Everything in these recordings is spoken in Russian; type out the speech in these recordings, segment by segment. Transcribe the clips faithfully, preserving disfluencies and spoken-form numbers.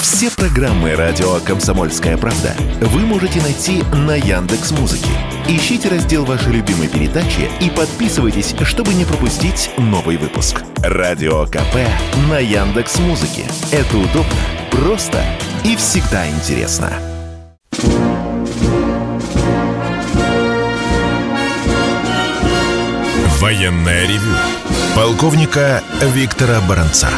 Все программы радио «Комсомольская правда» вы можете найти на Яндекс.Музыке. Ищите раздел вашей любимой передачи и подписывайтесь, чтобы не пропустить новый выпуск. Радио КП на Яндекс.Музыке. Это удобно, просто и всегда интересно. Военное ревю полковника Виктора Баранца.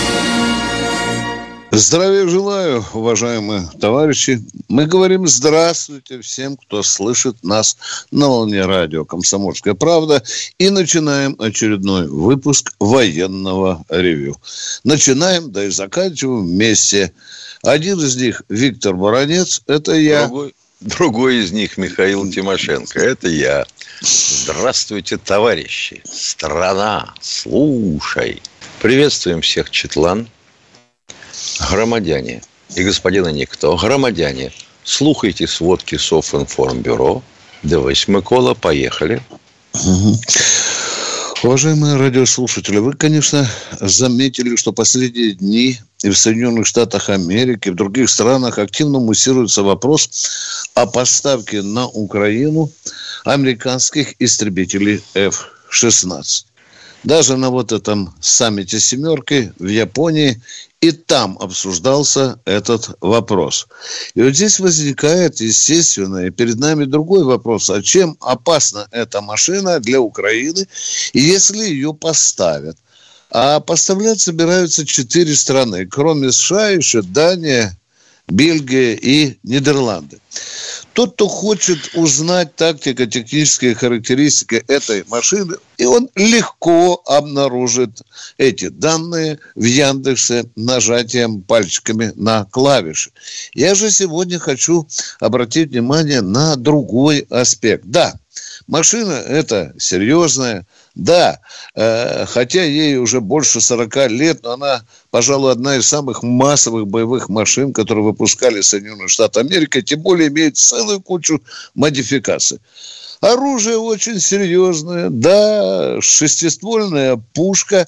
Здравия желаю, уважаемые товарищи. Мы говорим здравствуйте всем, кто слышит нас на волне радио «Комсомольская правда». И начинаем очередной выпуск военного ревью. Начинаем, да и заканчиваем вместе. Один из них Виктор Баранец, это я. Другой, другой из них Михаил Тимошенко, это я. Здравствуйте, товарищи. Страна, слушай. Приветствуем всех, Четлан. Громадяне и господина никто, громадяне, слухайте сводки Софинформбюро. Дивись, Микола, поехали. Угу. Уважаемые радиослушатели, вы, конечно, заметили, что последние дни и в Соединенных Штатах Америки, и в других странах активно муссируется вопрос о поставке на Украину американских истребителей эф шестнадцать. Даже на вот этом саммите «семерки» в Японии и там обсуждался этот вопрос. И вот здесь возникает, естественно, и перед нами другой вопрос. А чем опасна эта машина для Украины, если ее поставят? А поставлять собираются четыре страны, кроме США, еще Дания, Бельгия и Нидерланды. Тот, кто хочет узнать тактико-технические характеристики этой машины, и он легко обнаружит эти данные в Яндексе нажатием пальчиками на клавиши. Я же сегодня хочу обратить внимание на другой аспект. Да, машина эта серьезная. Да, э, хотя ей уже больше сорока лет, но она, пожалуй, одна из самых массовых боевых машин, которые выпускали Соединенные Штаты Америки, тем более имеет целую кучу модификаций. Оружие очень серьезное, да, шестиствольная пушка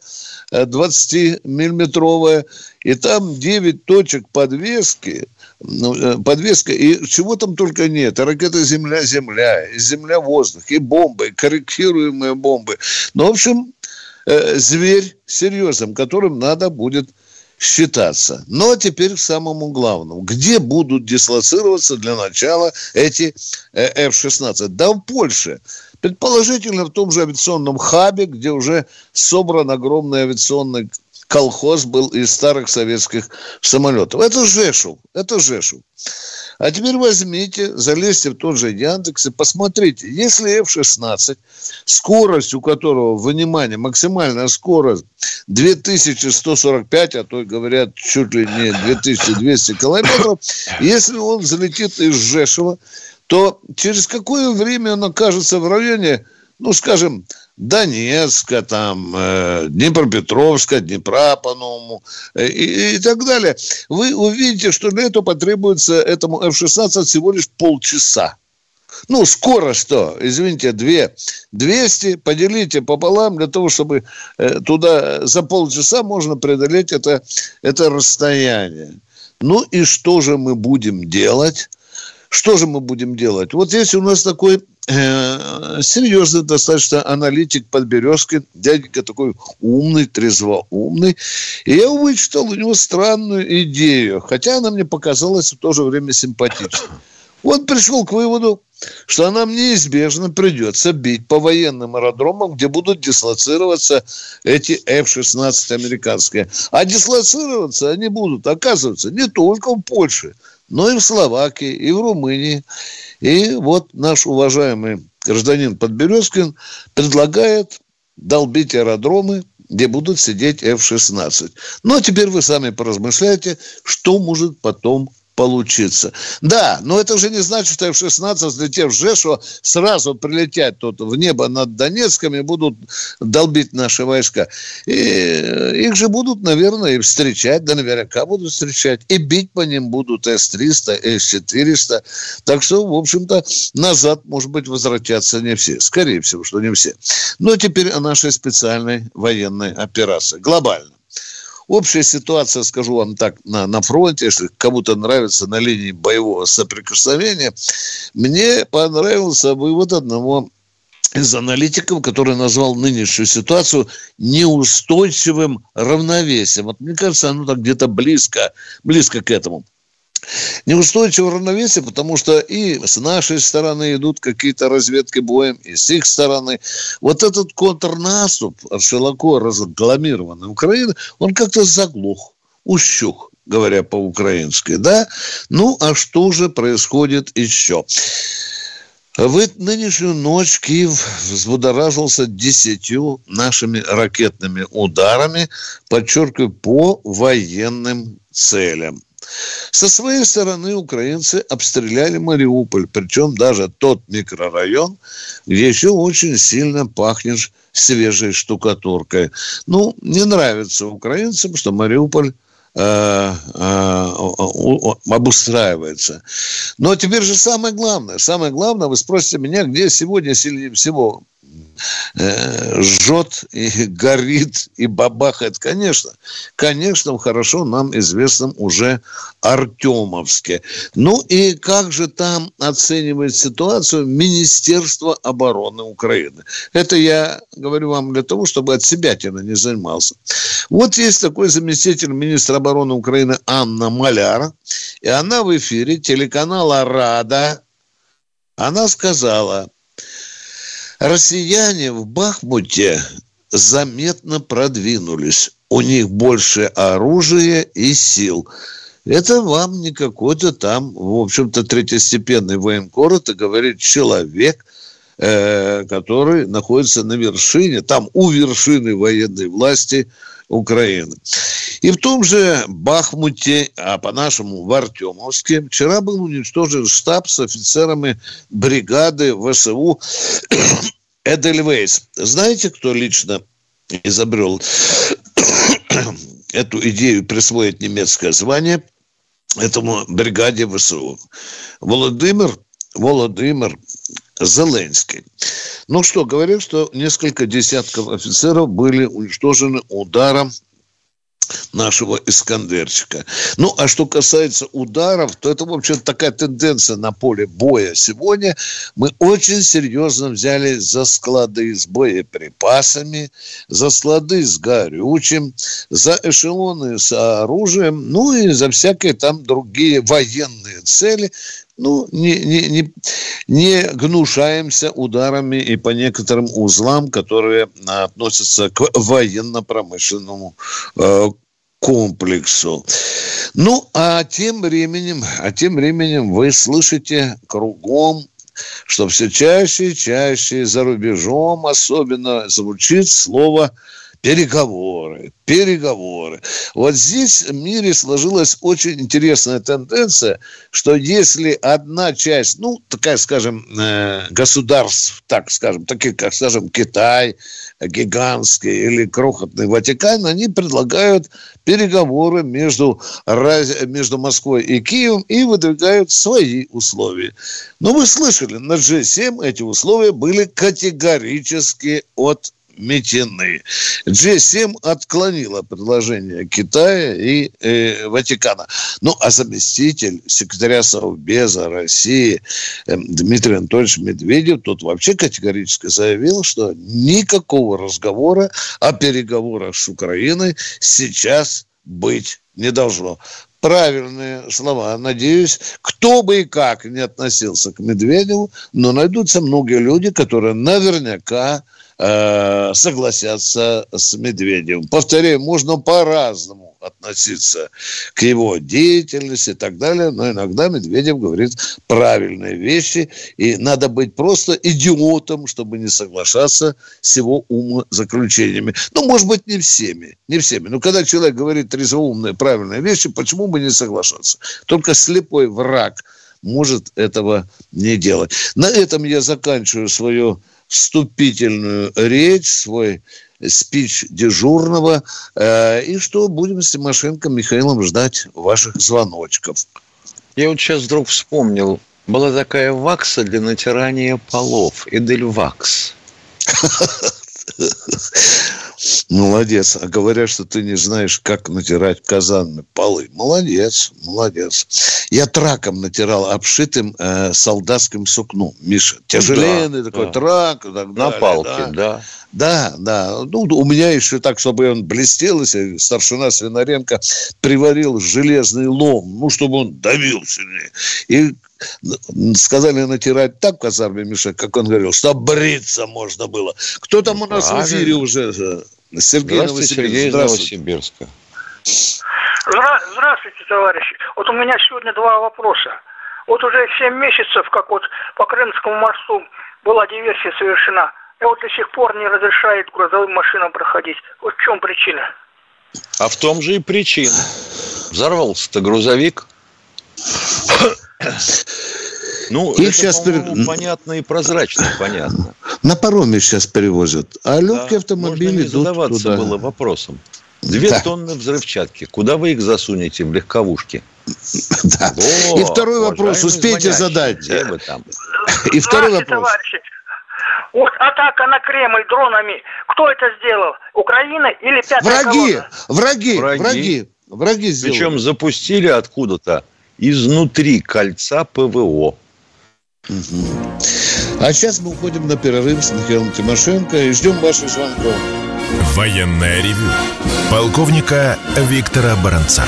двадцатимиллиметровая, и там девять точек подвески, ну, подвеска, и чего там только нет. И ракеты «Земля-Земля», и «Земля-воздух», и бомбы, и корректируемые бомбы. Ну, в общем, э, зверь серьезным, которым надо будет считаться. Ну, а теперь к самому главному. Где будут дислоцироваться для начала эти э, эф шестнадцать? Да в Польше. Предположительно, в том же авиационном хабе, где уже собран огромный авиационный колхоз был из старых советских самолетов. Это Жешув. Это Жешув. А теперь возьмите, залезьте в тот же Яндекс и посмотрите. Если эф шестнадцать, скорость у которого, внимание, максимальная скорость две тысячи сто сорок пять, а то, говорят, чуть ли не две тысячи двести километров, если он взлетит из Жешува, то через какое время он окажется в районе, ну, скажем, Донецка, там, э, Днепропетровска, Днепра, по-новому, э, и, и так далее. Вы увидите, что для этого потребуется этому эф шестнадцать всего лишь полчаса. Ну, скорость что? Извините, две. двести поделите пополам для того, чтобы э, туда за полчаса можно преодолеть это, это расстояние. Ну, и что же мы будем делать? Что же мы будем делать? Вот здесь у нас такой э, серьезный достаточно аналитик Подберезкин, дяденька такой умный, трезвоумный. И я вычитал у него странную идею, хотя она мне показалась в то же время симпатичной. Он пришел к выводу, что нам неизбежно придется бить по военным аэродромам, где будут дислоцироваться эти эф шестнадцать американские. А дислоцироваться они будут, оказывается, не только в Польше, но и в Словакии, и в Румынии. И вот наш уважаемый гражданин Подберезкин предлагает долбить аэродромы, где будут сидеть эф шестнадцать. Ну, а теперь вы сами поразмышляйте, что может потом получиться. Да, но это же не значит, что эф шестнадцать, взлетев в Жешув, сразу прилетят тут в небо над Донецком и будут долбить наши войска. И их же будут, наверное, и встречать, да наверняка будут встречать, и бить по ним будут эс триста, эс четыреста. Так что, в общем-то, назад, может быть, возвратятся не все. Скорее всего, что не все. Но теперь о нашей специальной военной операции. Глобально. Общая ситуация, скажу вам так, на, на фронте, если кому-то нравится на линии боевого соприкосновения, мне понравился вывод одного из аналитиков, который назвал нынешнюю ситуацию неустойчивым равновесием. Вот мне кажется, оно так где-то близко, близко к этому. Неустойчивое равновесие, потому что и с нашей стороны идут какие-то разведки боем, и с их стороны. Вот этот контрнаступ широко разрекламированной Украины, он как-то заглох, ущух, говоря по-украински, да? Ну, а что же происходит еще? В нынешнюю ночь Киев взбудоражился десятью нашими ракетными ударами, подчеркиваю, по военным целям. Со своей стороны украинцы обстреляли Мариуполь, причем даже тот микрорайон, где еще очень сильно пахнет свежей штукатуркой. Ну, не нравится украинцам, что Мариуполь обустраивается. Но теперь же самое главное. Самое главное, вы спросите меня, где сегодня сильнее всего э, жжет и горит и бабахает. Конечно, конечно, хорошо нам известном уже Артемовске. Ну и как же там оценивает ситуацию Министерство обороны Украины? Это я говорю вам для того, чтобы от себятина не занимался. Вот есть такой заместитель министра обороны Украины Анна Маляр, и она в эфире телеканала «Рада», она сказала: россияне в Бахмуте заметно продвинулись, у них больше оружия и сил. Это вам не какой-то там, в общем-то, третьестепенный военкор, это говорит человек, э, который находится на вершине, там у вершины военной власти Украины. И в том же Бахмуте, а по-нашему в Артемовске, вчера был уничтожен штаб с офицерами бригады ВСУ Эдельвейс. Знаете, кто лично изобрел эту идею присвоить немецкое звание этому бригаде ВСУ? Володимир, Володимир Зеленский. Ну что, говорят, что несколько десятков офицеров были уничтожены ударом нашего Искандерчика. Ну, а что касается ударов, то это, в общем, такая тенденция на поле боя сегодня. Мы очень серьезно взяли за склады с боеприпасами, за склады с горючим, за эшелоны с оружием, ну и за всякие там другие военные цели. Ну, не, не, не, не гнушаемся ударами и по некоторым узлам, которые относятся к военно-промышленному э, комплексу. Ну, а тем временем, а тем временем вы слышите кругом, что все чаще и чаще за рубежом особенно звучит слово переговоры, переговоры. Вот здесь в мире сложилась очень интересная тенденция, что если одна часть, ну, такая, скажем, государств, так скажем, таких, как, скажем, Китай, гигантский или крохотный Ватикан, они предлагают переговоры между, между Москвой и Киевом и выдвигают свои условия. Но вы слышали, на джи семь эти условия были категорически от метены. джи семь отклонила предложение Китая и э, Ватикана. Ну, а заместитель секретаря Совбеза России э, Дмитрий Анатольевич Медведев тут вообще категорически заявил, что никакого разговора о переговорах с Украиной сейчас быть не должно. Правильные слова. Надеюсь, кто бы и как не относился к Медведеву, но найдутся многие люди, которые наверняка э, согласятся с Медведевым. Повторяю, можно по-разному относиться к его деятельности и так далее, но иногда Медведев говорит правильные вещи, и надо быть просто идиотом, чтобы не соглашаться с его умозаключениями. Ну, может быть, не всеми, не всеми. Но когда человек говорит трезвоумные правильные вещи, почему бы не соглашаться? Только слепой враг может этого не делать. На этом я заканчиваю свою вступительную речь, свой спич дежурного. Э, и что, будем с Тимошенко Михаилом ждать ваших звоночков. Я вот сейчас вдруг вспомнил, была такая вакса для натирания полов, Эдельвакс. Молодец. А говорят, что ты не знаешь, как натирать казанами полы. Молодец, молодец. Я траком натирал обшитым э, солдатским сукном. Миша, тяжеленный да, такой да. трак. Так На далее, палке, да. да. Да, да. Ну, у меня еще так, чтобы он блестел, если старшина Свинаренко приварил железный лом, ну, чтобы он давил сильнее. И сказали натирать так в казарме, Миша, как он говорил, что бриться можно было. Кто там у нас Правильно. в эфире уже? Сергей Новосибирск. Сергей из Новосибирска. Здравствуйте, товарищи. Вот у меня сегодня два вопроса. Вот уже семь месяцев, как вот по Крымскому мосту была диверсия совершена. И вот до сих пор не разрешает грузовым машинам проходить. Вот в чем причина? А в том же и причина. Взорвался-то грузовик. Ну, их это, сейчас по-моему, пере... понятно и прозрачно понятно. На пароме сейчас перевозят. А легкие да, автомобили можно не идут задаваться туда. было вопросом. Две да. тонны взрывчатки. Куда вы их засунете в легковушке? Да. О, и второй вопрос. Успейте задать. Где вы там? И второй вопрос. Товарищи. Вот атака на Кремль дронами. Кто это сделал? Украина или пятая враги, колонна? Враги, враги, враги. Враги сделали. Причем запустили откуда-то изнутри кольца ПВО. Угу. А сейчас мы уходим на перерыв с Михаилом Тимошенко и ждем ваших звонков. Военное ревю полковника Виктора Баранца.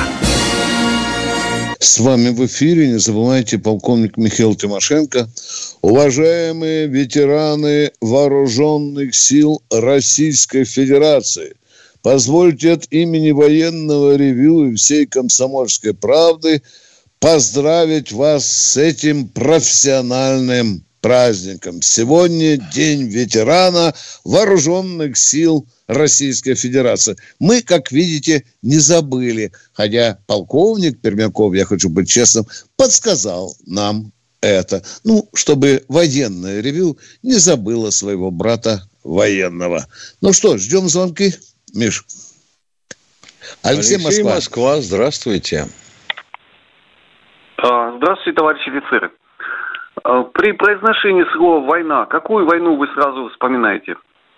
С вами в эфире, не забывайте, полковник Михаил Тимошенко. Уважаемые ветераны вооруженных сил Российской Федерации, позвольте от имени военного ревю и всей комсомольской правды поздравить вас с этим профессиональным праздником. Сегодня День ветерана вооруженных сил Российской Федерации. Мы, как видите, не забыли, хотя полковник Пермяков, я хочу быть честным, подсказал нам это. Ну, чтобы военное ревю не забыло своего брата военного. Ну что, ждем звонки, Миш. Алексей, Алексей Москва. Москва, здравствуйте. Здравствуйте, товарищи офицеры. При произношении слова «война», какую войну вы сразу вспоминаете?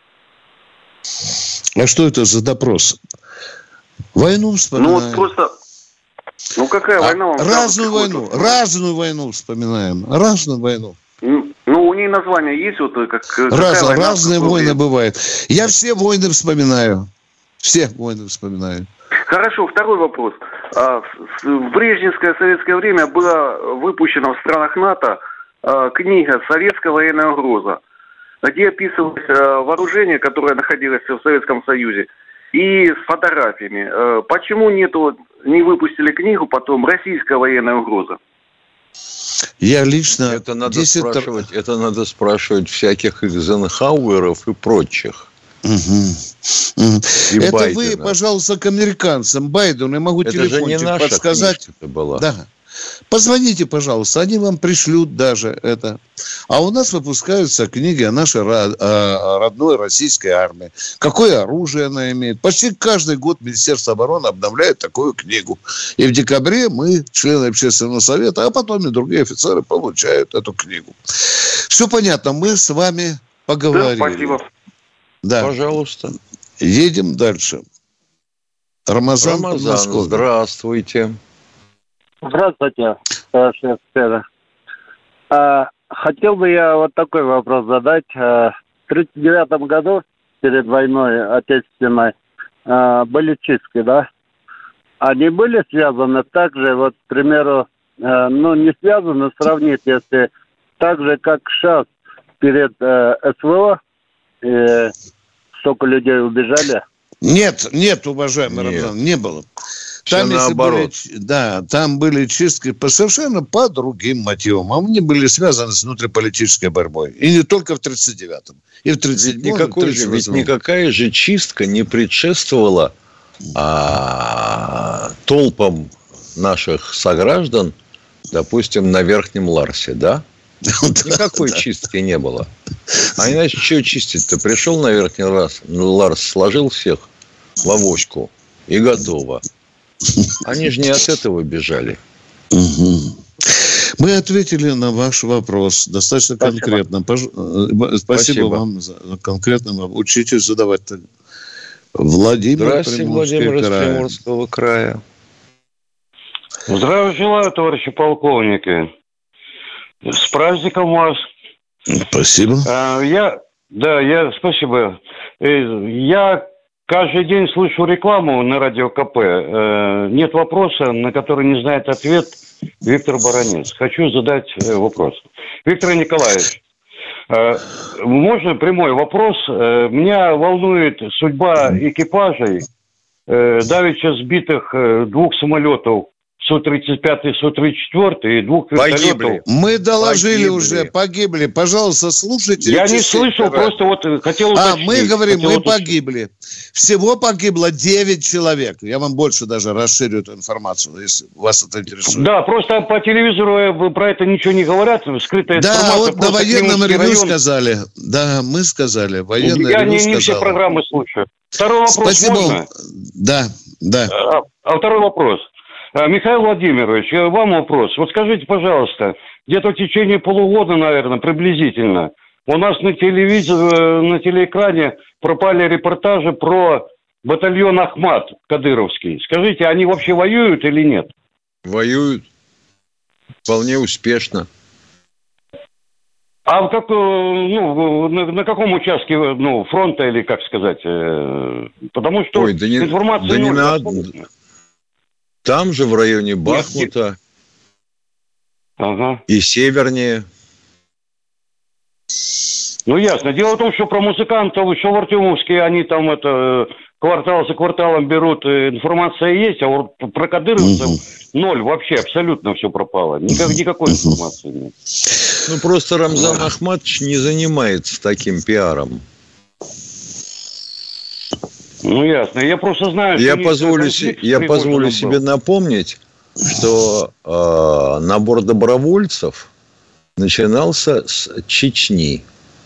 А что это за допрос? Войну вспоминаем. Ну, вот просто... Ну, какая а война вам... Разную войну, разную войну вспоминаем. Разную войну. Ну, у нее название есть вот как... Раз, разные войны бывают. Я все войны вспоминаю. Все войны вспоминаю. Хорошо, второй вопрос. В брежневское советское время была выпущена в странах НАТО книга «Советская военная угроза», где описывалось вооружение, которое находилось в Советском Союзе, и с фотографиями. Почему нету, не выпустили книгу потом «Российская военная угроза»? Я лично... Это надо, спрашивать, это надо спрашивать всяких Эйзенхауэров и прочих. Угу. Угу. Это Байдена. Вы, пожалуйста, к американцам, Байдену, я могу это телефончик подсказать. Была. Да. Позвоните, пожалуйста, они вам пришлют даже это. А у нас выпускаются книги о нашей родной российской армии. Какое оружие она имеет. Почти каждый год Министерство обороны обновляет такую книгу. И в декабре мы, члены общественного совета, а потом и другие офицеры получают эту книгу. Все понятно, мы с вами поговорили. Да, спасибо. Да. Пожалуйста. Едем дальше. Рамазан, Рамазан, здравствуйте. Здравствуйте, товарищи офицеры. А, хотел бы я вот такой вопрос задать. А, в тридцать девятом году, перед войной отечественной, а, были чистки, да? Они были связаны также, вот, к примеру, а, ну, не связаны, сравнить, если так же, как сейчас перед а, СВО, и столько людей убежали? Нет, нет, уважаемый нет. Рамзан, не было. Там, если были, да, там были чистки по совершенно по другим мотивам. Они были связаны с внутриполитической борьбой. И не только в тридцать девятом. И в тридцать седьмом, никакой же, ведь никакая же чистка не предшествовала а, толпам наших сограждан, допустим, на Верхнем Ларсе, да? Никакой чистки не было. А иначе что чистить-то? Пришел на Верхний Ларс, Ларс, сложил всех в авоську и готово. Они же не от этого бежали. Угу. Мы ответили на ваш вопрос достаточно Спасибо. конкретно. Спасибо, Спасибо вам за конкретно. Учитесь задавать Владимир, Здравствуйте, Владимир из Приморского края. Здравия желаю, товарищи полковники. С праздником вас. Спасибо. А, я, да, я, спасибо. Я каждый день слышу рекламу на радио ка пэ. Нет вопроса, на который не знает ответ Виктор Баранец. Хочу задать вопрос. Виктор Николаевич, можно прямой вопрос? Меня волнует судьба экипажей давеча сбитых двух самолетов Су тридцать пять и Су тридцать четыре и двух вертолетов. Погибли. Мы доложили Погибли. уже, погибли. Пожалуйста, слушайте. Я не слышал, просто вот хотел А, уточнить. мы говорим, хотел мы уточнить. погибли. Всего погибло девять человек. Я вам больше даже расширю эту информацию, если вас это интересует. Да, просто по телевизору про это ничего не говорят, скрытая Да, информация. вот на военном Климовский ревю район. сказали. Да, мы сказали. Военное Я ревю не, не все сказало. программы слушаю. Второй вопрос Спасибо. можно? Да, да. А, а второй вопрос. А, Михаил Владимирович, вам вопрос. Вот скажите, пожалуйста, где-то в течение полугода, наверное, приблизительно, у нас на телевизоре, на телеэкране пропали репортажи про батальон Ахмат кадыровский. Скажите, они вообще воюют или нет? Воюют. Вполне успешно. А как, ну, на, на каком участке, ну, фронта или, как сказать, э, потому что Ой, да не, информация... да не ноль, надо. абсолютно. Там же в районе Бахмута Ага. и севернее. Ну, ясно. Дело в том, что про музыкантов еще в Артемовске они там это квартал за кварталом берут, информация есть, а вот про кадыровцев ноль, вообще абсолютно все пропало. Никак, никакой информации нет. Ну, просто Рамзан Ахматович не занимается таким пиаром. Ну, ясно. Я просто знаю, Я что... позволю, се- я позволю себе напомнить, что э, набор добровольцев начинался с Чечни.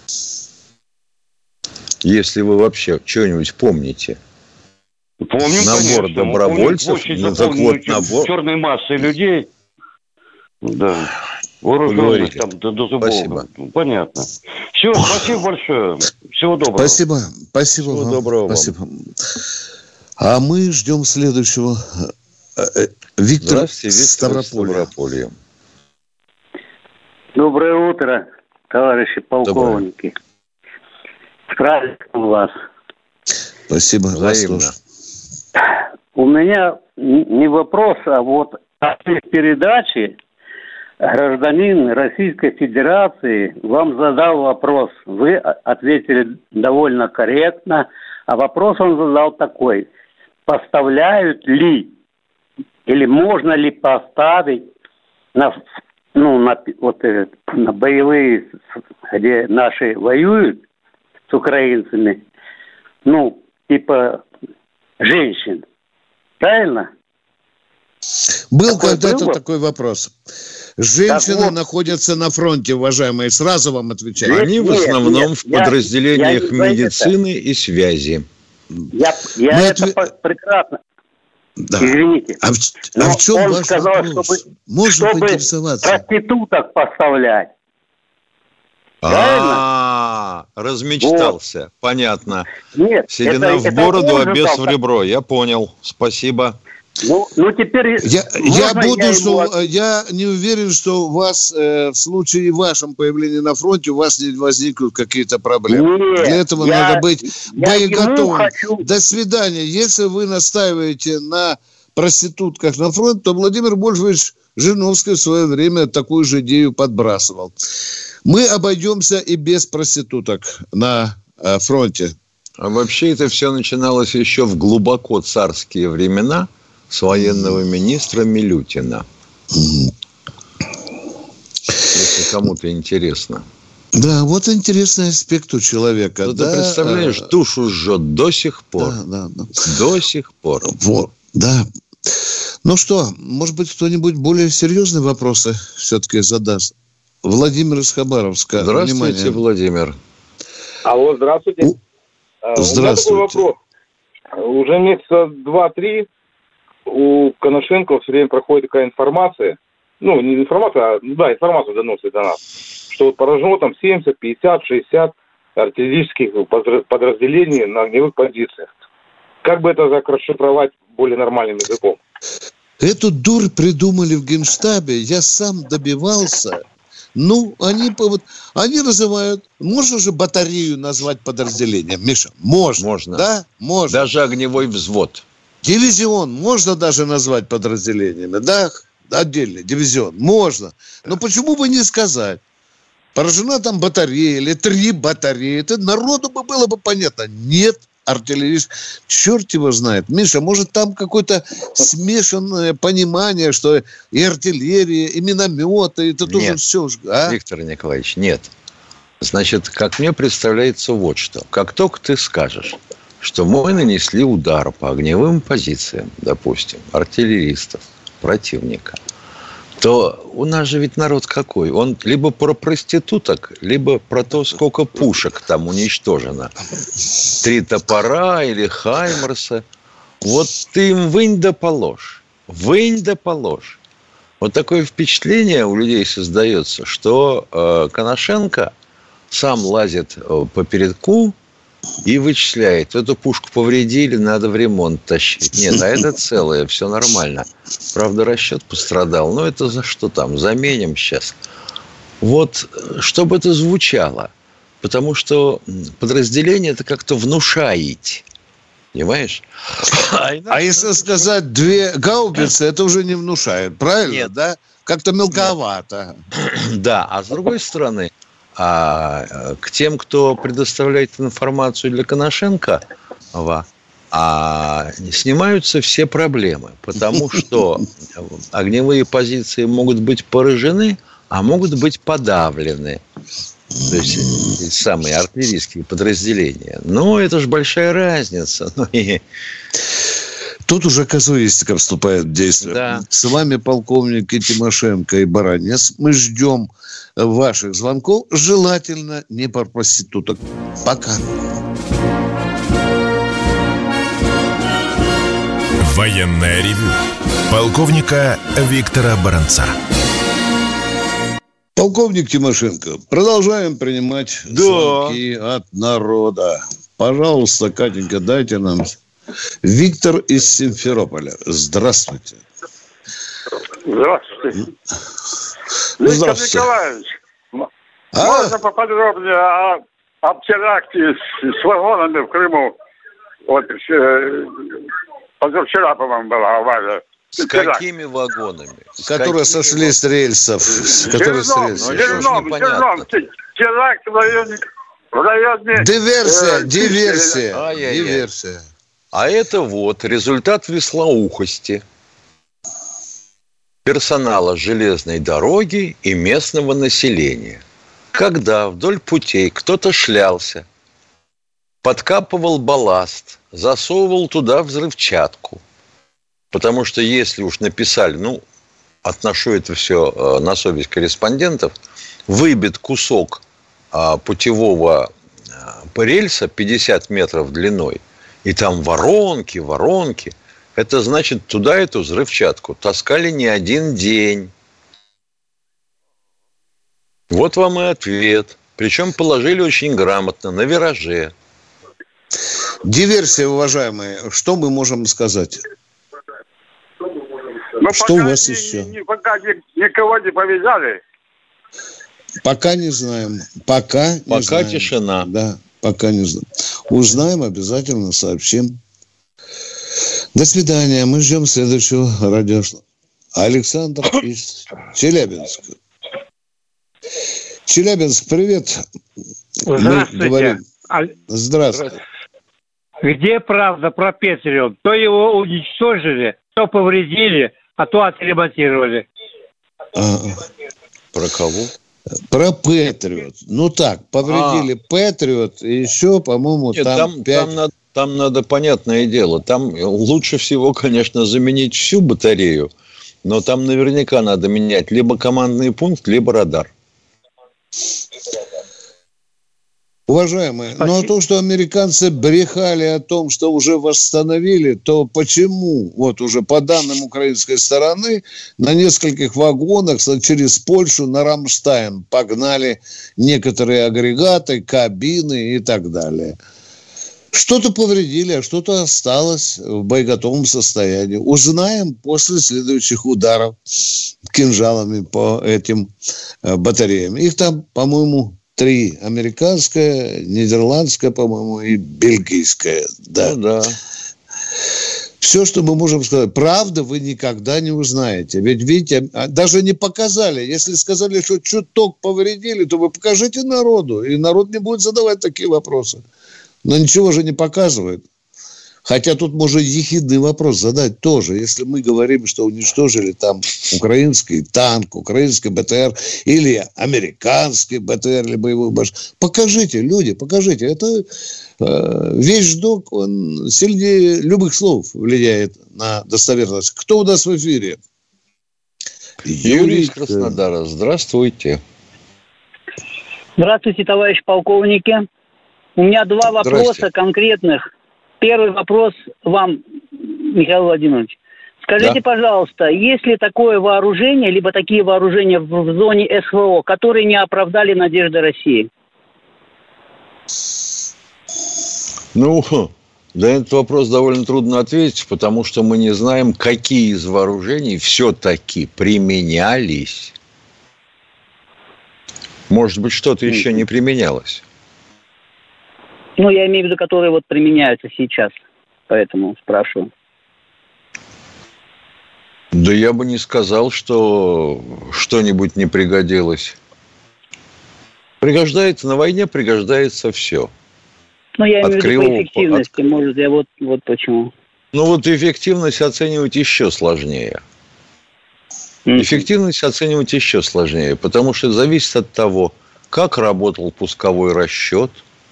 Если вы вообще что-нибудь помните. Помню, набор конечно. добровольцев. Помню, Ну, так вот, набор. Черной массы людей. Да. Вооруженных там до, до зубов. Спасибо. Понятно. Все, спасибо большое. Всего доброго. Спасибо. Спасибо Всего вам. доброго вам. Спасибо. А мы ждем следующего. Виктор Здравствуйте, Виктор Ставрополье. Ставрополье. Доброе утро, товарищи полковники. С праздником вас. Спасибо. Взаимно. Вас тоже. У меня не вопрос, а вот в передаче гражданин Российской Федерации вам задал вопрос. Вы ответили довольно корректно, а вопрос он задал такой. Поставляют ли или можно ли поставить на, ну, на, вот, на боевые, где наши воюют с украинцами, ну, типа женщин. Правильно? Был Такое когда-то было? такой вопрос. Женщины Так вот. находятся на фронте, уважаемые. Сразу вам отвечаю. Они в Нет, основном нет, в я- подразделениях я не про медицины и связи. Я, я Мы это отве- по- прекрасно. Да. Извините. А в, Но а в чем он ваш сказал, вопрос? чтобы- Можно чтобы поинтересоваться? проституток поставлять. Правильно? А, размечтался. Понятно. Нет. Седина это- в это бороду, он а же без сказал. в ребро. Я понял. Спасибо. Ну, ну теперь... Я, можно я буду, ему что от- я не уверен, что у вас э, в случае вашем появления на фронте у вас не возникнут какие-то проблемы. Нет, Для этого я- надо быть я ему боеготовым. хочу- До свидания. Если вы настаиваете на проститутках на фронт, то Владимир Больфович Жириновский в свое время такую же идею подбрасывал. Мы обойдемся и без проституток на э, фронте. А вообще это все начиналось еще в глубоко царские времена с военного министра Милютина. Если кому-то интересно. Да, вот интересный аспект у человека. Ну, да, ты представляешь, э, душу жжет до сих пор. да, да, да. До сих пор. Вот, да. Ну что, может быть, кто-нибудь более серьезные вопросы все-таки задаст? Владимир из Хабаровска. Здравствуйте, Внимание. Владимир. Алло, здравствуйте. У- А, Здравствуйте. У меня такой вопрос. Уже месяца два-три у Коношенко все время проходит такая информация, ну, не информация, а, ну, да, информацию доносит до нас, что вот поражено там семьдесят, пятьдесят, шестьдесят артиллерийских подразделений на огневых позициях. Как бы это так расшифровать более нормальным языком? Эту дурь придумали в Генштабе. Я сам добивался. Ну, они, вот, они называют... Можно же батарею назвать подразделением, Миша? Можно. Можно. Да? Можно. Даже огневой взвод. Дивизион можно даже назвать подразделениями, да? Отдельный дивизион. Можно. Но почему бы не сказать? Поражена там батарея или три батареи. Это народу бы было бы понятно. Нет. Артиллерист, черт его знает. Миша, может, там какое-то смешанное понимание, что и артиллерия, и минометы, это тоже нет, все. А? Виктор Николаевич, нет. Значит, как мне представляется вот что. Как только ты скажешь, что мы нанесли удар по огневым позициям, допустим, артиллеристов, противника, то у нас же ведь народ какой? Он либо про проституток, либо про то, сколько пушек там уничтожено. Три топора или хаймерса. Вот ты им вынь да положь. Вынь да положь. Вот такое впечатление у людей создается, что э, Коношенко сам лазит по передку и вычисляет. Эту пушку повредили, надо в ремонт тащить. Нет, а это целое, все нормально. Правда, расчет пострадал. Но это за что там? Заменим сейчас. Вот, чтобы это звучало. Потому что подразделение это как-то внушает. Понимаешь? А, а если сказать две гаубицы, это уже не внушает. Правильно? Нет. Да? Как-то мелковато. Да, а с другой стороны, а к тем, кто предоставляет информацию для Коношенко, а, снимаются все проблемы, потому что огневые позиции могут быть поражены, а могут быть подавлены. То есть самые артиллерийские подразделения. Но это же большая разница. Тут уже казуистика вступает в действие. Да. С вами полковники Тимошенко и Баранец. Мы ждем ваших звонков. Желательно не про проституток. Пока. Военное ревю полковника Виктора Баранца. Полковник Тимошенко, продолжаем принимать да. звонки от народа. Пожалуйста, Катенька, дайте нам... Виктор из Симферополя. Здравствуйте. Здравствуйте. Виктор Николаевич, а? можно поподробнее о, о теракте с, с вагонами в Крыму? Вот э, позавчера, по-моему, была авария. С теракт. Какими вагонами? С которые какими сошли вагонами? С рельсов. С которые Черном, с рельсов. Черном, Черном. Теракт в районе... В районе диверсия, э, диверсия. Ай-яй-яй. Диверсия. А это вот результат веслоухости персонала железной дороги и местного населения. Когда вдоль путей кто-то шлялся, подкапывал балласт, засовывал туда взрывчатку. Потому что если уж написали, ну, отношу это все на совесть корреспондентов, выбит кусок путевого рельса пятьдесят метров длиной, и там воронки, воронки. Это значит, туда эту взрывчатку таскали не один день. Вот вам и ответ. Причем положили очень грамотно, на вираже. Диверсия, уважаемые, что мы можем сказать? Но что у вас ни, еще? Ни, пока ни, никого не повязали. Пока не знаем. Пока, не пока знаем. Тишина. Да, пока не знаем. Узнаем, обязательно сообщим. До свидания. Мы ждем следующего радио. Александр из Челябинска. Челябинск, привет. Здравствуйте. Говорим... Здравствуйте. Где правда про Петриот? То его уничтожили, то повредили, а то отремонтировали. А, про кого? Про Патриот. Ну так, повредили а. Патриот, и еще, по-моему, Нет, там, там пять... Там надо, там надо, понятное дело, там лучше всего, конечно, заменить всю батарею, но там наверняка надо менять либо командный пункт, либо радар. Уважаемые, но то, что американцы брехали о том, что уже восстановили, то почему, вот уже по данным украинской стороны, на нескольких вагонах через Польшу на Рамштайн погнали некоторые агрегаты, кабины и так далее. Что-то повредили, а что-то осталось в боеготовом состоянии. Узнаем после следующих ударов кинжалами по этим батареям. Их там, по-моему, три. Американская, нидерландская, по-моему, и бельгийская. Да, ну, да. Все, что мы можем сказать. Правда, вы никогда не узнаете. Ведь, видите, даже не показали. Если сказали, что чуток повредили, то вы покажите народу. И народ не будет задавать такие вопросы. Но ничего же не показывает. Хотя тут можно ехидный вопрос задать тоже. Если мы говорим, что уничтожили там украинский танк, украинский БТР или американский БТР или боевой башню, покажите, люди, покажите. Это э, вещдок, он сильнее любых слов влияет на достоверность. Кто у нас в эфире? Юрий из Краснодара. Здравствуйте. Здравствуйте, товарищ полковники. У меня два вопроса конкретных. Первый вопрос вам, Михаил Владимирович. Скажите, да. пожалуйста, есть ли такое вооружение, либо такие вооружения в, в зоне СВО, которые не оправдали надежды России? Ну, на этот вопрос довольно трудно ответить, потому что мы не знаем, какие из вооружений все-таки применялись. Может быть, что-то еще не применялось. Ну, я имею в виду, которые вот применяются сейчас. Поэтому спрашиваю. Да я бы не сказал, что что-нибудь не пригодилось. Пригождается на войне, пригождается все. Ну, я имею в виду по эффективности. От... Может, я вот, вот почему. Ну, вот эффективность оценивать еще сложнее. Mm-hmm. Эффективность оценивать еще сложнее, потому что зависит от того, как работал пусковой расчет,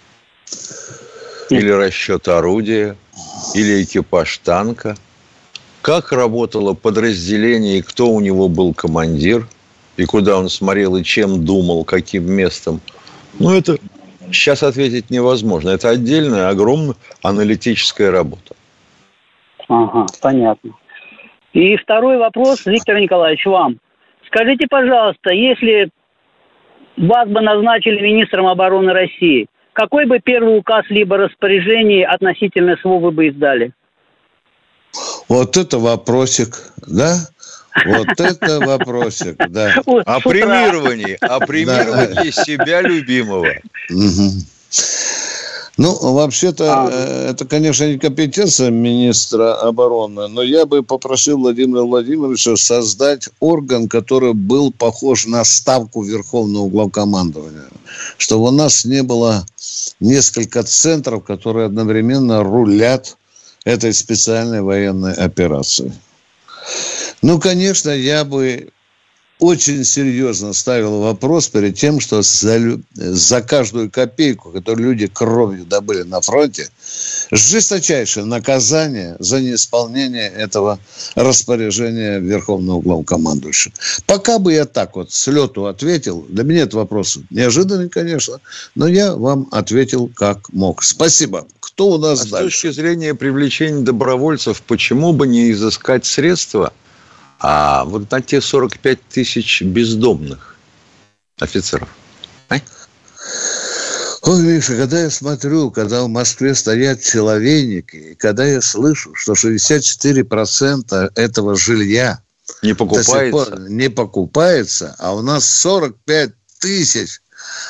или расчет орудия, или экипаж танка, как работало подразделение, и кто у него был командир, и куда он смотрел, и чем думал, каким местом. Ну, это сейчас ответить невозможно. Это отдельная, огромная аналитическая работа. Ага, понятно. И второй вопрос, Виктор Николаевич, вам. Скажите, пожалуйста, если вас бы назначили министром обороны России, какой бы первый указ либо распоряжение относительно СВО вы бы издали? Вот это вопросик, да? Вот это вопросик, да. О премировании, о премировании себя любимого. Ну, вообще-то, а. это, конечно, не компетенция министра обороны, но я бы попросил Владимира Владимировича создать орган, который был похож на ставку Верховного главкомандования, чтобы у нас не было несколько центров, которые одновременно рулят этой специальной военной операцией. Ну, конечно, я бы очень серьезно ставил вопрос перед тем, что за, за каждую копейку, которую люди кровью добыли на фронте, жесточайшее наказание за неисполнение этого распоряжения Верховного главкомандующего. Пока бы я так вот с лету ответил, для меня этот вопрос неожиданный, конечно, но я вам ответил как мог. Спасибо. Кто у нас а дальше? С точки зрения привлечения добровольцев, почему бы не изыскать средства, а вот на те сорок пять тысяч бездомных офицеров? А? Ой, Миша, когда я смотрю, когда в Москве стоят человейники, и когда я слышу, что шестьдесят четыре процента этого жилья не покупается, не покупается, а у нас сорок пять тысяч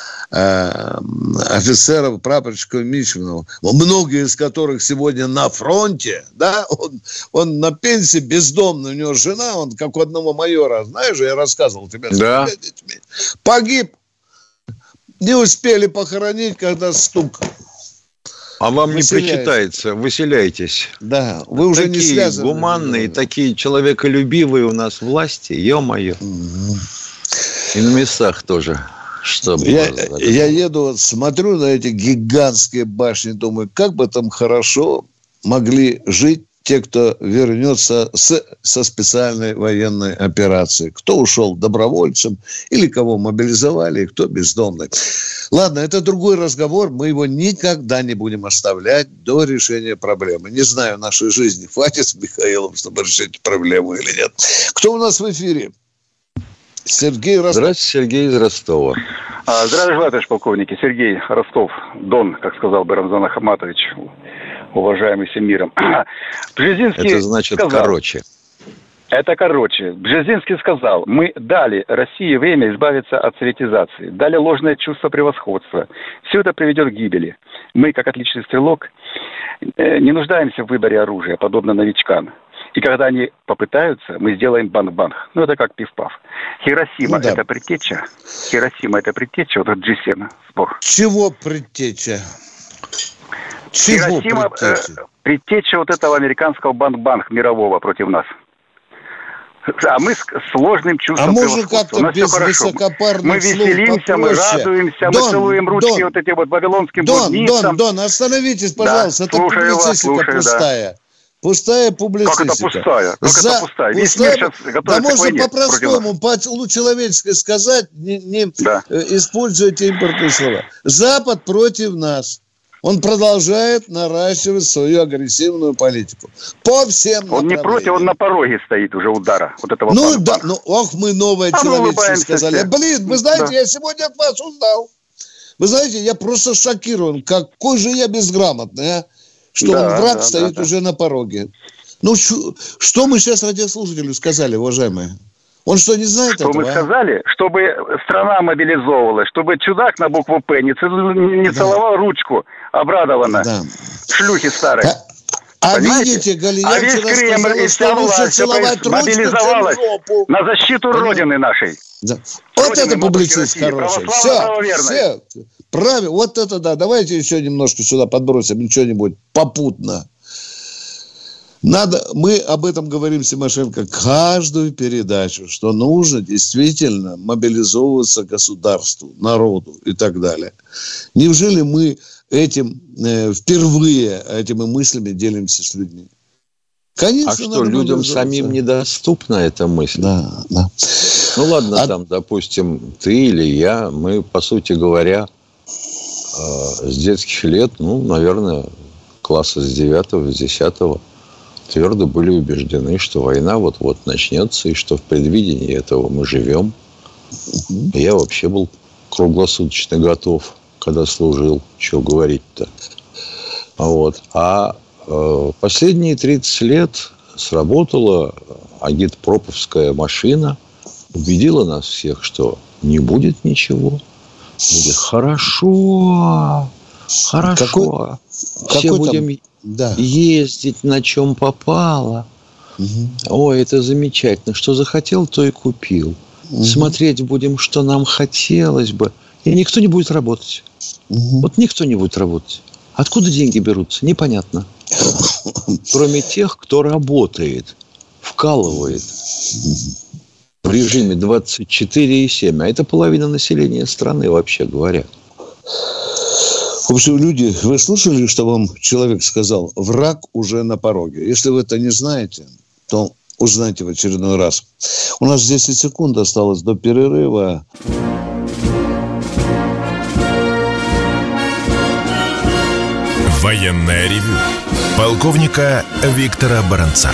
офицеров, прапорщиков Мичманов, многие из которых сегодня на фронте, да, он, он на пенсии бездомный, у него жена, он как у одного майора, знаешь, я рассказывал тебе, да. с детьми, погиб, не успели похоронить, когда стук. А вам не причитается, выселяйтесь. Да, вы уже такие не связаны. Такие гуманные, такие человеколюбивые у нас власти, ё-моё. Угу. И на местах тоже. Чтобы я, я еду, вот, смотрю на эти гигантские башни, думаю, как бы там хорошо могли жить те, кто вернется с, со специальной военной операции. Кто ушел добровольцем, или кого мобилизовали, и кто бездомный. Ладно, это другой разговор, мы его никогда не будем оставлять до решения проблемы. Не знаю, нашей жизни хватит с Михаилом, чтобы решить проблему или нет. Кто у нас в эфире? Сергей Ростов. Здравствуйте, Сергей из Ростова. Здравия желаю, товарищ полковники. Сергей, Ростов, Дон, как сказал бы Рамзан Ахматович, уважаемый всем миром. Бжезинский Это значит сказал, короче. Это короче. Бжезинский сказал, мы дали России время избавиться от советизации, дали ложное чувство превосходства. Все это приведет к гибели. Мы, как отличный стрелок, не нуждаемся в выборе оружия, подобно новичкам. И когда они попытаются, мы сделаем банк-банк. Ну, это как пиф-паф. Хиросима ну, да. это предтеча. Хиросима это предтеча, вот этот джи семь сбор. Чего предтеча? Чего Хиросима предтеча? Э, предтеча вот этого американского банк-банк мирового против нас. А мы с сложным чувством а может как-то без высокопарных мы веселимся, мы радуемся, Дон, мы целуем ручки Дон, вот этим вот вавилонским Дон, Дон, Дон, остановитесь, пожалуйста. Да, это публицистика вас, пустая. Да. Пустая публицистика. Как это пустая? Как За... это пустая? Весь пустая... мир сейчас готовится да можно по-простому, по-человечески сказать, не, не да. используйте импортные слова. Запад против нас. Он продолжает наращивать свою агрессивную политику. По всем Он не против, он на пороге стоит уже удара. Вот этого ну да, ну ох, мы новое а человечество сказали. Все. Блин, вы знаете, да. я сегодня от вас узнал. Вы знаете, я просто шокирован. Какой же я безграмотный, а? Что да, враг да, стоит да, уже да. на пороге. Ну, что, что мы сейчас радиослушателю сказали, уважаемые? Он что, не знает что этого? Что мы сказали? Чтобы страна мобилизовывалась, чтобы чудак на букву «П» не, не целовал да. ручку обрадованно. Да. Шлюхи старые. А, а видите, Галия а весь Кремль и вся власть мобилизовалась на защиту да. Родины нашей. Да. Вот это публицист хороший. Все, все. Правильно. Вот это да. Давайте еще немножко сюда подбросим что-нибудь попутно. Надо, мы об этом говорим, Тимошенко, каждую передачу, что нужно действительно мобилизовываться государству, народу и так далее. Неужели мы этим э, впервые этими мыслями делимся с людьми? Конечно, а что, людям самим недоступна эта мысль? Да, да. Ну, ладно, а... там, допустим, ты или я, мы, по сути говоря, э, с детских лет, ну, наверное, класса с девятого, с десятого, твердо были убеждены, что война вот-вот начнется, и что в предвидении этого мы живем. И я вообще был круглосуточно готов, когда служил. Чего говорить-то? Вот. А э, последние тридцать лет сработала агитпроповская машина, убедила нас всех, что не будет ничего. Будет хорошо, хорошо. Какой, Все какой будем... Там... Да. Ездить на чем попало. Угу. Ой, это замечательно. Что захотел, то и купил. Угу. Смотреть будем, что нам хотелось бы. И никто не будет работать. Угу. Вот никто не будет работать. Откуда деньги берутся? Непонятно. Кроме тех, кто работает, вкалывает в режиме двадцать четыре семь. А это половина населения страны, вообще говоря. В общем, люди, вы слышали, что вам человек сказал? Враг уже на пороге. Если вы это не знаете, то узнайте в очередной раз. У нас десять секунд осталось до перерыва. Военное ревю полковника Виктора Баранца.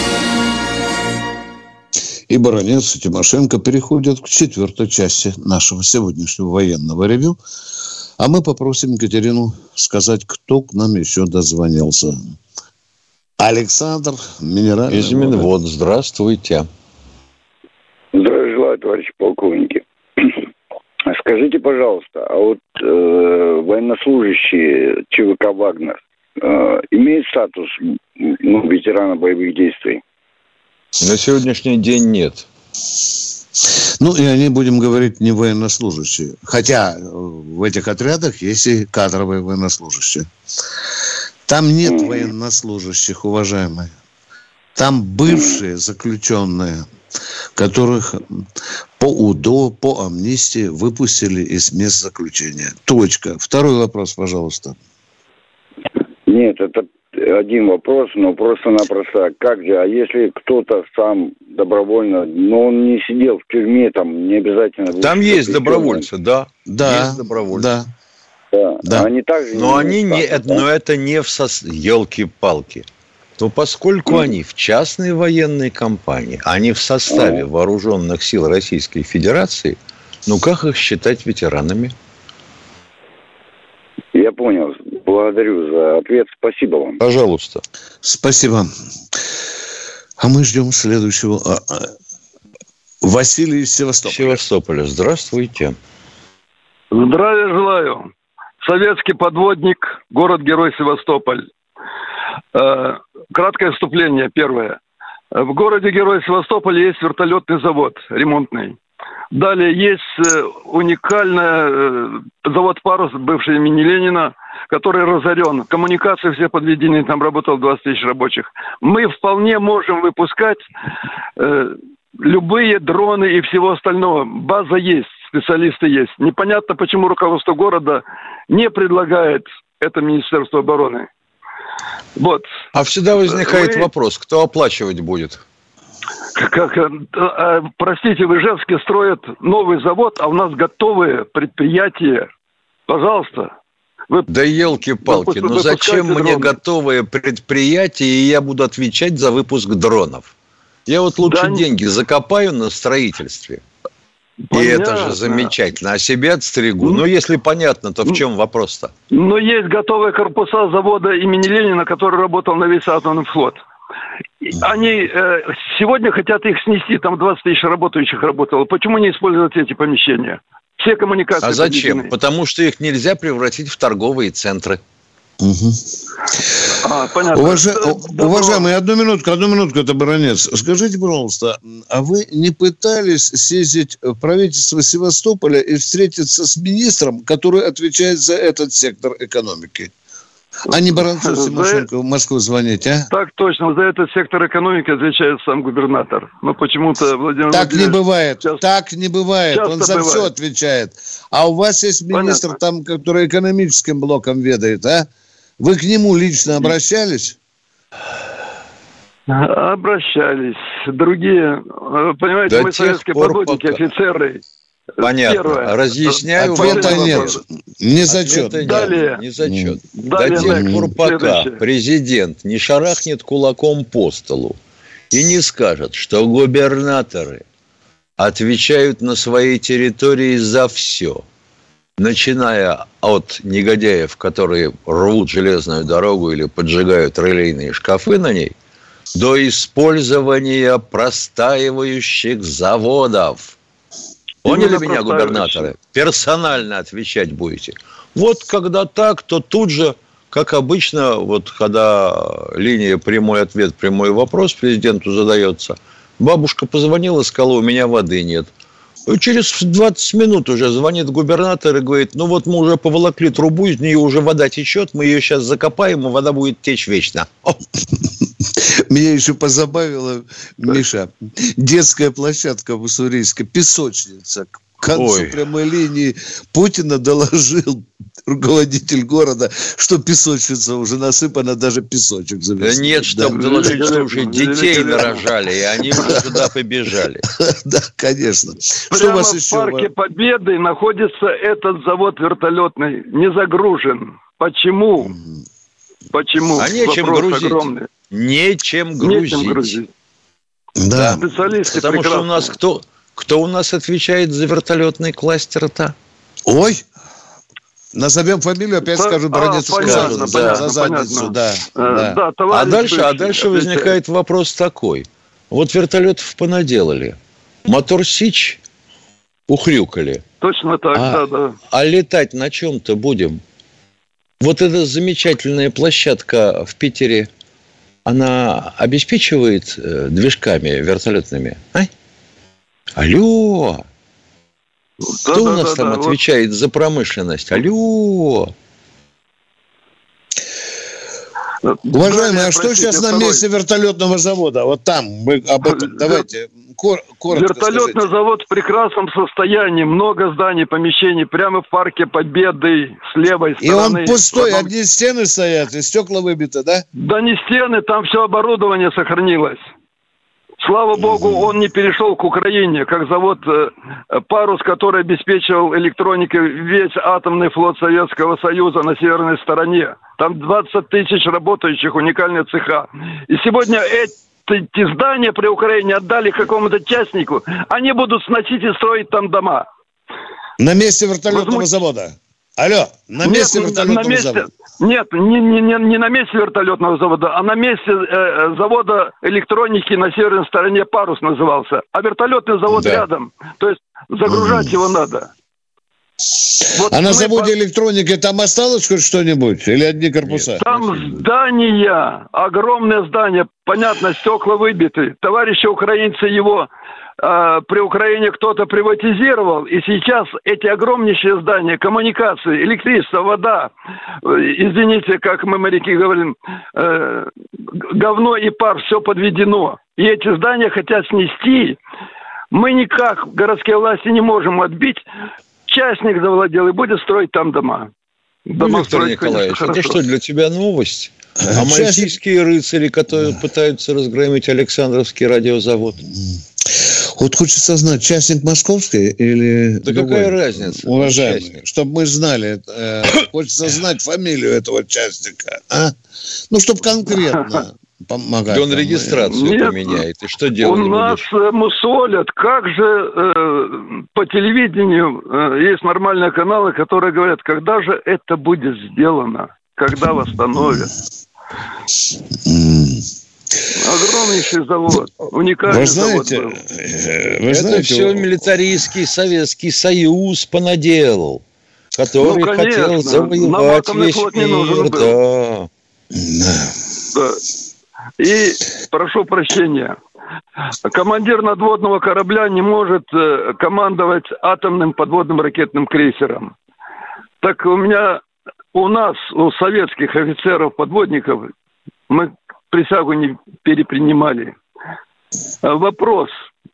И Баранец, и Тимошенко переходят к четвертой части нашего сегодняшнего военного ревю. А мы попросим Екатерину сказать, кто к нам еще дозвонился. Александр, Минеральный. Из Минвод. Здравствуйте. Здравия желаю, товарищи полковники. Скажите, пожалуйста, а вот э, военнослужащие ЧВК «Вагнер» э, имеют статус ну, ветерана боевых действий? На сегодняшний день нет. Ну, и они, будем говорить, не военнослужащие. Хотя в этих отрядах есть и кадровые военнослужащие. Там нет mm-hmm. военнослужащих, уважаемые. Там бывшие заключенные, которых по УДО, по амнистии выпустили из мест заключения. Точка. Второй вопрос, пожалуйста. Нет, это один вопрос, но просто-напросто. Как же, а если кто-то сам добровольно, но он не сидел в тюрьме, там не обязательно... Там есть добровольцы, да. Да, есть добровольцы. Да. Да. да. Они также но они не, статус, да? но это не в сос... елки-палки. То поскольку mm. они в частной военной компании, они в составе mm. вооруженных сил Российской Федерации, Ну, как их считать ветеранами? Я понял. Благодарю за ответ. Спасибо вам. Пожалуйста. Спасибо. А мы ждем следующего. Василий из Севастополя. Севастополя. Здравствуйте. Здравия желаю. Советский подводник, город-герой Севастополь. Краткое вступление, первое. В городе-герой Севастополь есть вертолетный завод ремонтный. Далее есть уникальный завод «Парус», бывший имени Ленина, который разорен. Коммуникации все подведены, там работало двадцать тысяч рабочих. Мы вполне можем выпускать э, любые дроны и всего остального. База есть, специалисты есть. Непонятно, почему руководство города не предлагает это Министерство обороны. Вот. А всегда возникает Вы... вопрос, кто оплачивать будет? Как, простите, в Ижевске строят новый завод, а у нас готовые предприятия. Пожалуйста. Вы, да елки-палки, ну зачем мне дроны? Готовые предприятия, и я буду отвечать за выпуск дронов? Я вот лучше да, деньги закопаю на строительстве. Понятно. И это же замечательно. А себя отстригу. Ну, если понятно, то в чем вопрос-то? Но есть готовые корпуса завода имени Ленина, который работал на весь атомный флот. Они э, сегодня хотят их снести, там двадцать тысяч работающих работало. Почему не использовать эти помещения? Все коммуникации. А зачем? Подведены. Потому что их нельзя превратить в торговые центры. Угу. А, понятно. Уважа... Уважаемый, одну минутку, одну минутку, это Баранец. Скажите, пожалуйста, а вы не пытались съездить в правительство Севастополя и встретиться с министром, который отвечает за этот сектор экономики? А не Баранцу Тимошенко в Москву звонить, а? Так точно. За этот сектор экономики отвечает сам губернатор. Но почему-то Владимир Так не бывает. Часто, так не бывает. Он за бывает. Все отвечает. А у вас есть министр, там, который экономическим блоком ведает, а? Вы к нему лично обращались? Обращались. Другие, понимаете, До мы советские подводники, пока... офицеры. Понятно. Первое. Разъясняю. Ответа нет. Не зачет. Нет. Далее. Не зачет. Далее. До тех пор, пока президент не шарахнет кулаком по столу и не скажет, что губернаторы отвечают на своей территории за все, начиная от негодяев, которые рвут железную дорогу или поджигают релейные шкафы на ней, до использования простаивающих заводов. Поняли меня, губернаторы? Персонально отвечать будете. Вот когда так, то тут же, как обычно, вот когда линия прямой ответ, прямой вопрос президенту задается, бабушка позвонила, сказала, у меня воды нет. И через двадцать минут уже звонит губернатор и говорит, ну вот мы уже поволокли трубу, из нее уже вода течет, мы ее сейчас закопаем, и вода будет течь вечно. Меня еще позабавила, Миша, детская площадка в Уссурийске, песочница. К концу Ой. прямой линии Путина доложил руководитель города, что песочница уже насыпана, даже песочек завезли. Да нет, чтобы да. доложить, что уже детей нарожали, и они уже туда побежали. Да, конечно. Прямо в Парке Победы находится этот завод вертолетный, не загружен. Почему? Почему? А нечем грузить. Нечем грузить. Нечем грузить. Да. Специалисты Потому прекрасные. что у нас кто, кто у нас отвечает за вертолетный кластер-то? Ой, назовем фамилию, опять Та, скажу, Баранец а, скажет. Да, за задницу, да. А, да. да а дальше, а дальше возникает вопрос такой. Вот вертолетов понаделали. Мотор Сич ухрюкали. Точно так, а, да, да. А летать на чем-то будем? Вот эта замечательная площадка в Питере, она обеспечивает э, движками вертолетными? А? Алло! Да, Кто да, у нас да, там да, отвечает вот. за промышленность? Алло! Уважаемые, а что сейчас на месте вертолетного завода? Вот там, мы об этом, давайте, кор- коротко Вертолетный скажите. завод в прекрасном состоянии, много зданий, помещений, прямо в Парке Победы, с левой И стороны. он пустой, Потом... одни стены стоят, и стекла выбиты, да? Да не стены, там все оборудование сохранилось. Слава богу, он не перешел к Украине, как завод э, «Парус», который обеспечивал электроникой весь атомный флот Советского Союза на северной стороне. Там двадцать тысяч работающих, уникальные цеха. И сегодня эти здания при Украине отдали какому-то частнику. Они будут сносить и строить там дома. На месте вертолетного Возмут... завода. Алло, на месте Нет, вертолетного на месте... завода. Нет, не, не, не, не на месте вертолетного завода, а на месте э, завода электроники на северной стороне, Парус назывался. А вертолетный завод да. рядом. То есть загружать mm. его надо. Вот а на заводе по... электроники там осталось хоть что-нибудь? Или одни корпуса? Нет, там здания, огромное здание. Понятно, стекла выбиты. Товарищи украинцы его... При Украине кто-то приватизировал, и сейчас эти огромнейшие здания, коммуникации, электричество, вода, извините, как мы, моряки, говорим, э, говно и пар, все подведено. И эти здания хотят снести. Мы никак, городские власти, не можем отбить. Частник завладел и будет строить там дома. дома ну, Виктор строить, Николаевич, конечно, это что, для тебя новость? А мальтийские рыцари, которые пытаются разгромить Александровский радиозавод? Вот хочется знать, частник московский или... Да другой? Какая разница? Уважаемый, чтобы мы знали, э, хочется знать фамилию этого частника, а? Ну, чтобы конкретно помогать. Да он регистрацию Нет, поменяет, и что делать? У нас будешь? Мусолят, как же э, по телевидению э, есть нормальные каналы, которые говорят, когда же это будет сделано, когда восстановят. Огромнейший завод, уникальный вы знаете, завод был. Вы это знаете, все милитаристский Советский Союз понаделал, который ну, хотел завоевать весь мир. Да. Да. И прошу прощения, командир надводного корабля не может командовать атомным подводным ракетным крейсером. Так у меня, у нас, у советских офицеров-подводников, мы присягу не перепринимали. Вопрос.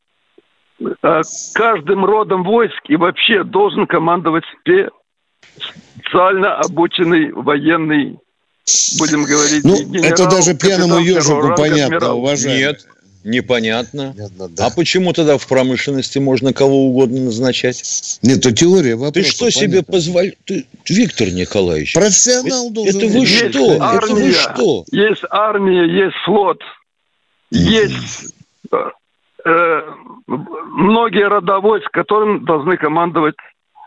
Каждым родом войск и вообще должен командовать специально обученный военный, будем говорить, ну, генерал. Это даже пьяному ежику понятно, уважаемый. Нет, непонятно. Понятно, да. А почему тогда в промышленности можно кого угодно назначать? Нет, это теория вопроса. Ты что понятно. себе позволяешь? Виктор Николаевич. Профессионал должен Это вы есть что? Армия, это вы что? Есть армия, есть флот, есть э, многие рода войск, которым должны командовать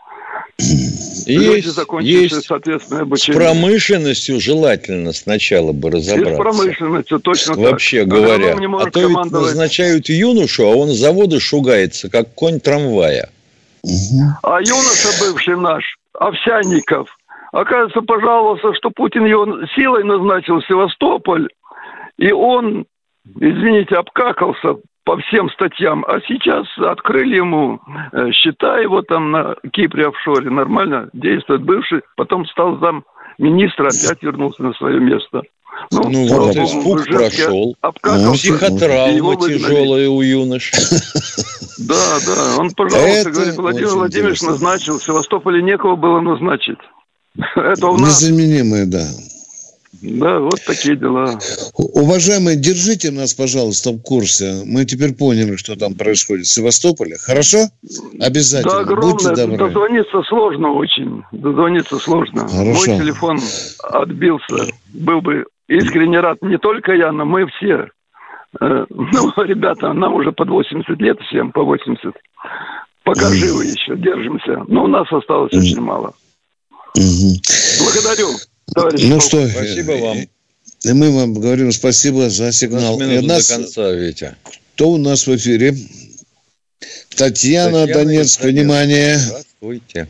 люди, закончившие соответственное обучение. С промышленностью желательно сначала бы разобраться. И с промышленностью, точно так. Вообще говоря. А, а то ведь назначают юношу, а он с завода шугается, как конь трамвая. А юноша бывший наш, Овсянников, оказывается, пожаловался, что Путин его силой назначил в Севастополь, и он, извините, обкакался по всем статьям, а сейчас открыли ему э, счета его там на Кипре офшоре, нормально действует бывший, потом стал замминистра, опять вернулся на свое место. Ну, ну вот испуг прошел, ну, психотравма тяжелая у юноши. Да, да, он, пожалуйста, говорит, Владимир Владимирович назначил, в Севастополе некого было назначить. Это у нас... Незаменимые, да. Да, вот такие дела. Уважаемые, держите нас, пожалуйста, в курсе. Мы теперь поняли, что там происходит в Севастополе. Хорошо? Обязательно. Да, огромное. Будьте добры. Дозвониться сложно очень. Дозвониться сложно. Хорошо. Мой телефон отбился. Был бы искренне рад. Не только я, но мы все. Ну, ребята, нам уже под восемьдесят лет, всем по восемьдесят. Пока живы еще, держимся. Но у нас осталось mm. очень мало. Mm-hmm. Благодарю. Товарищ ну что, спасибо вам. И мы вам говорим спасибо за сигнал. И нас, до конца, Витя. Кто у нас в эфире? Татьяна, Татьяна Донецк, внимание. Здравствуйте.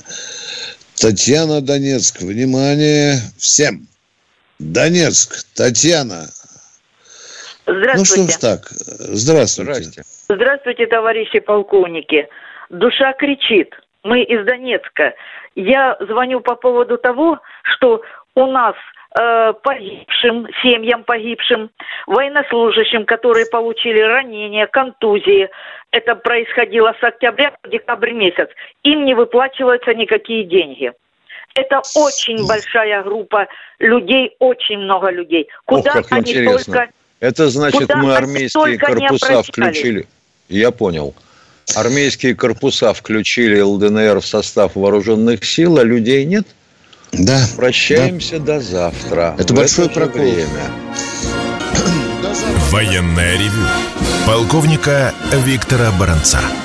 Татьяна Донецк, внимание всем. Донецк, Татьяна. Здравствуйте. Ну что ж так, здравствуйте. Здравствуйте. Здравствуйте, товарищи полковники. Душа кричит. Мы из Донецка. Я звоню по поводу того, что у нас э, погибшим, семьям погибшим, военнослужащим, которые получили ранения, контузии, это происходило с октября по декабрь месяц, им не выплачиваются никакие деньги. Это очень большая группа людей, очень много людей. Куда Ох, как они интересно. только... Это значит, Куда мы армейские корпуса включили. Я понял. Армейские корпуса включили ЛДНР в состав вооруженных сил, а людей нет? Да. Прощаемся да. до завтра. Это большое прокол. Время. Военное ревю полковника Виктора Баранца.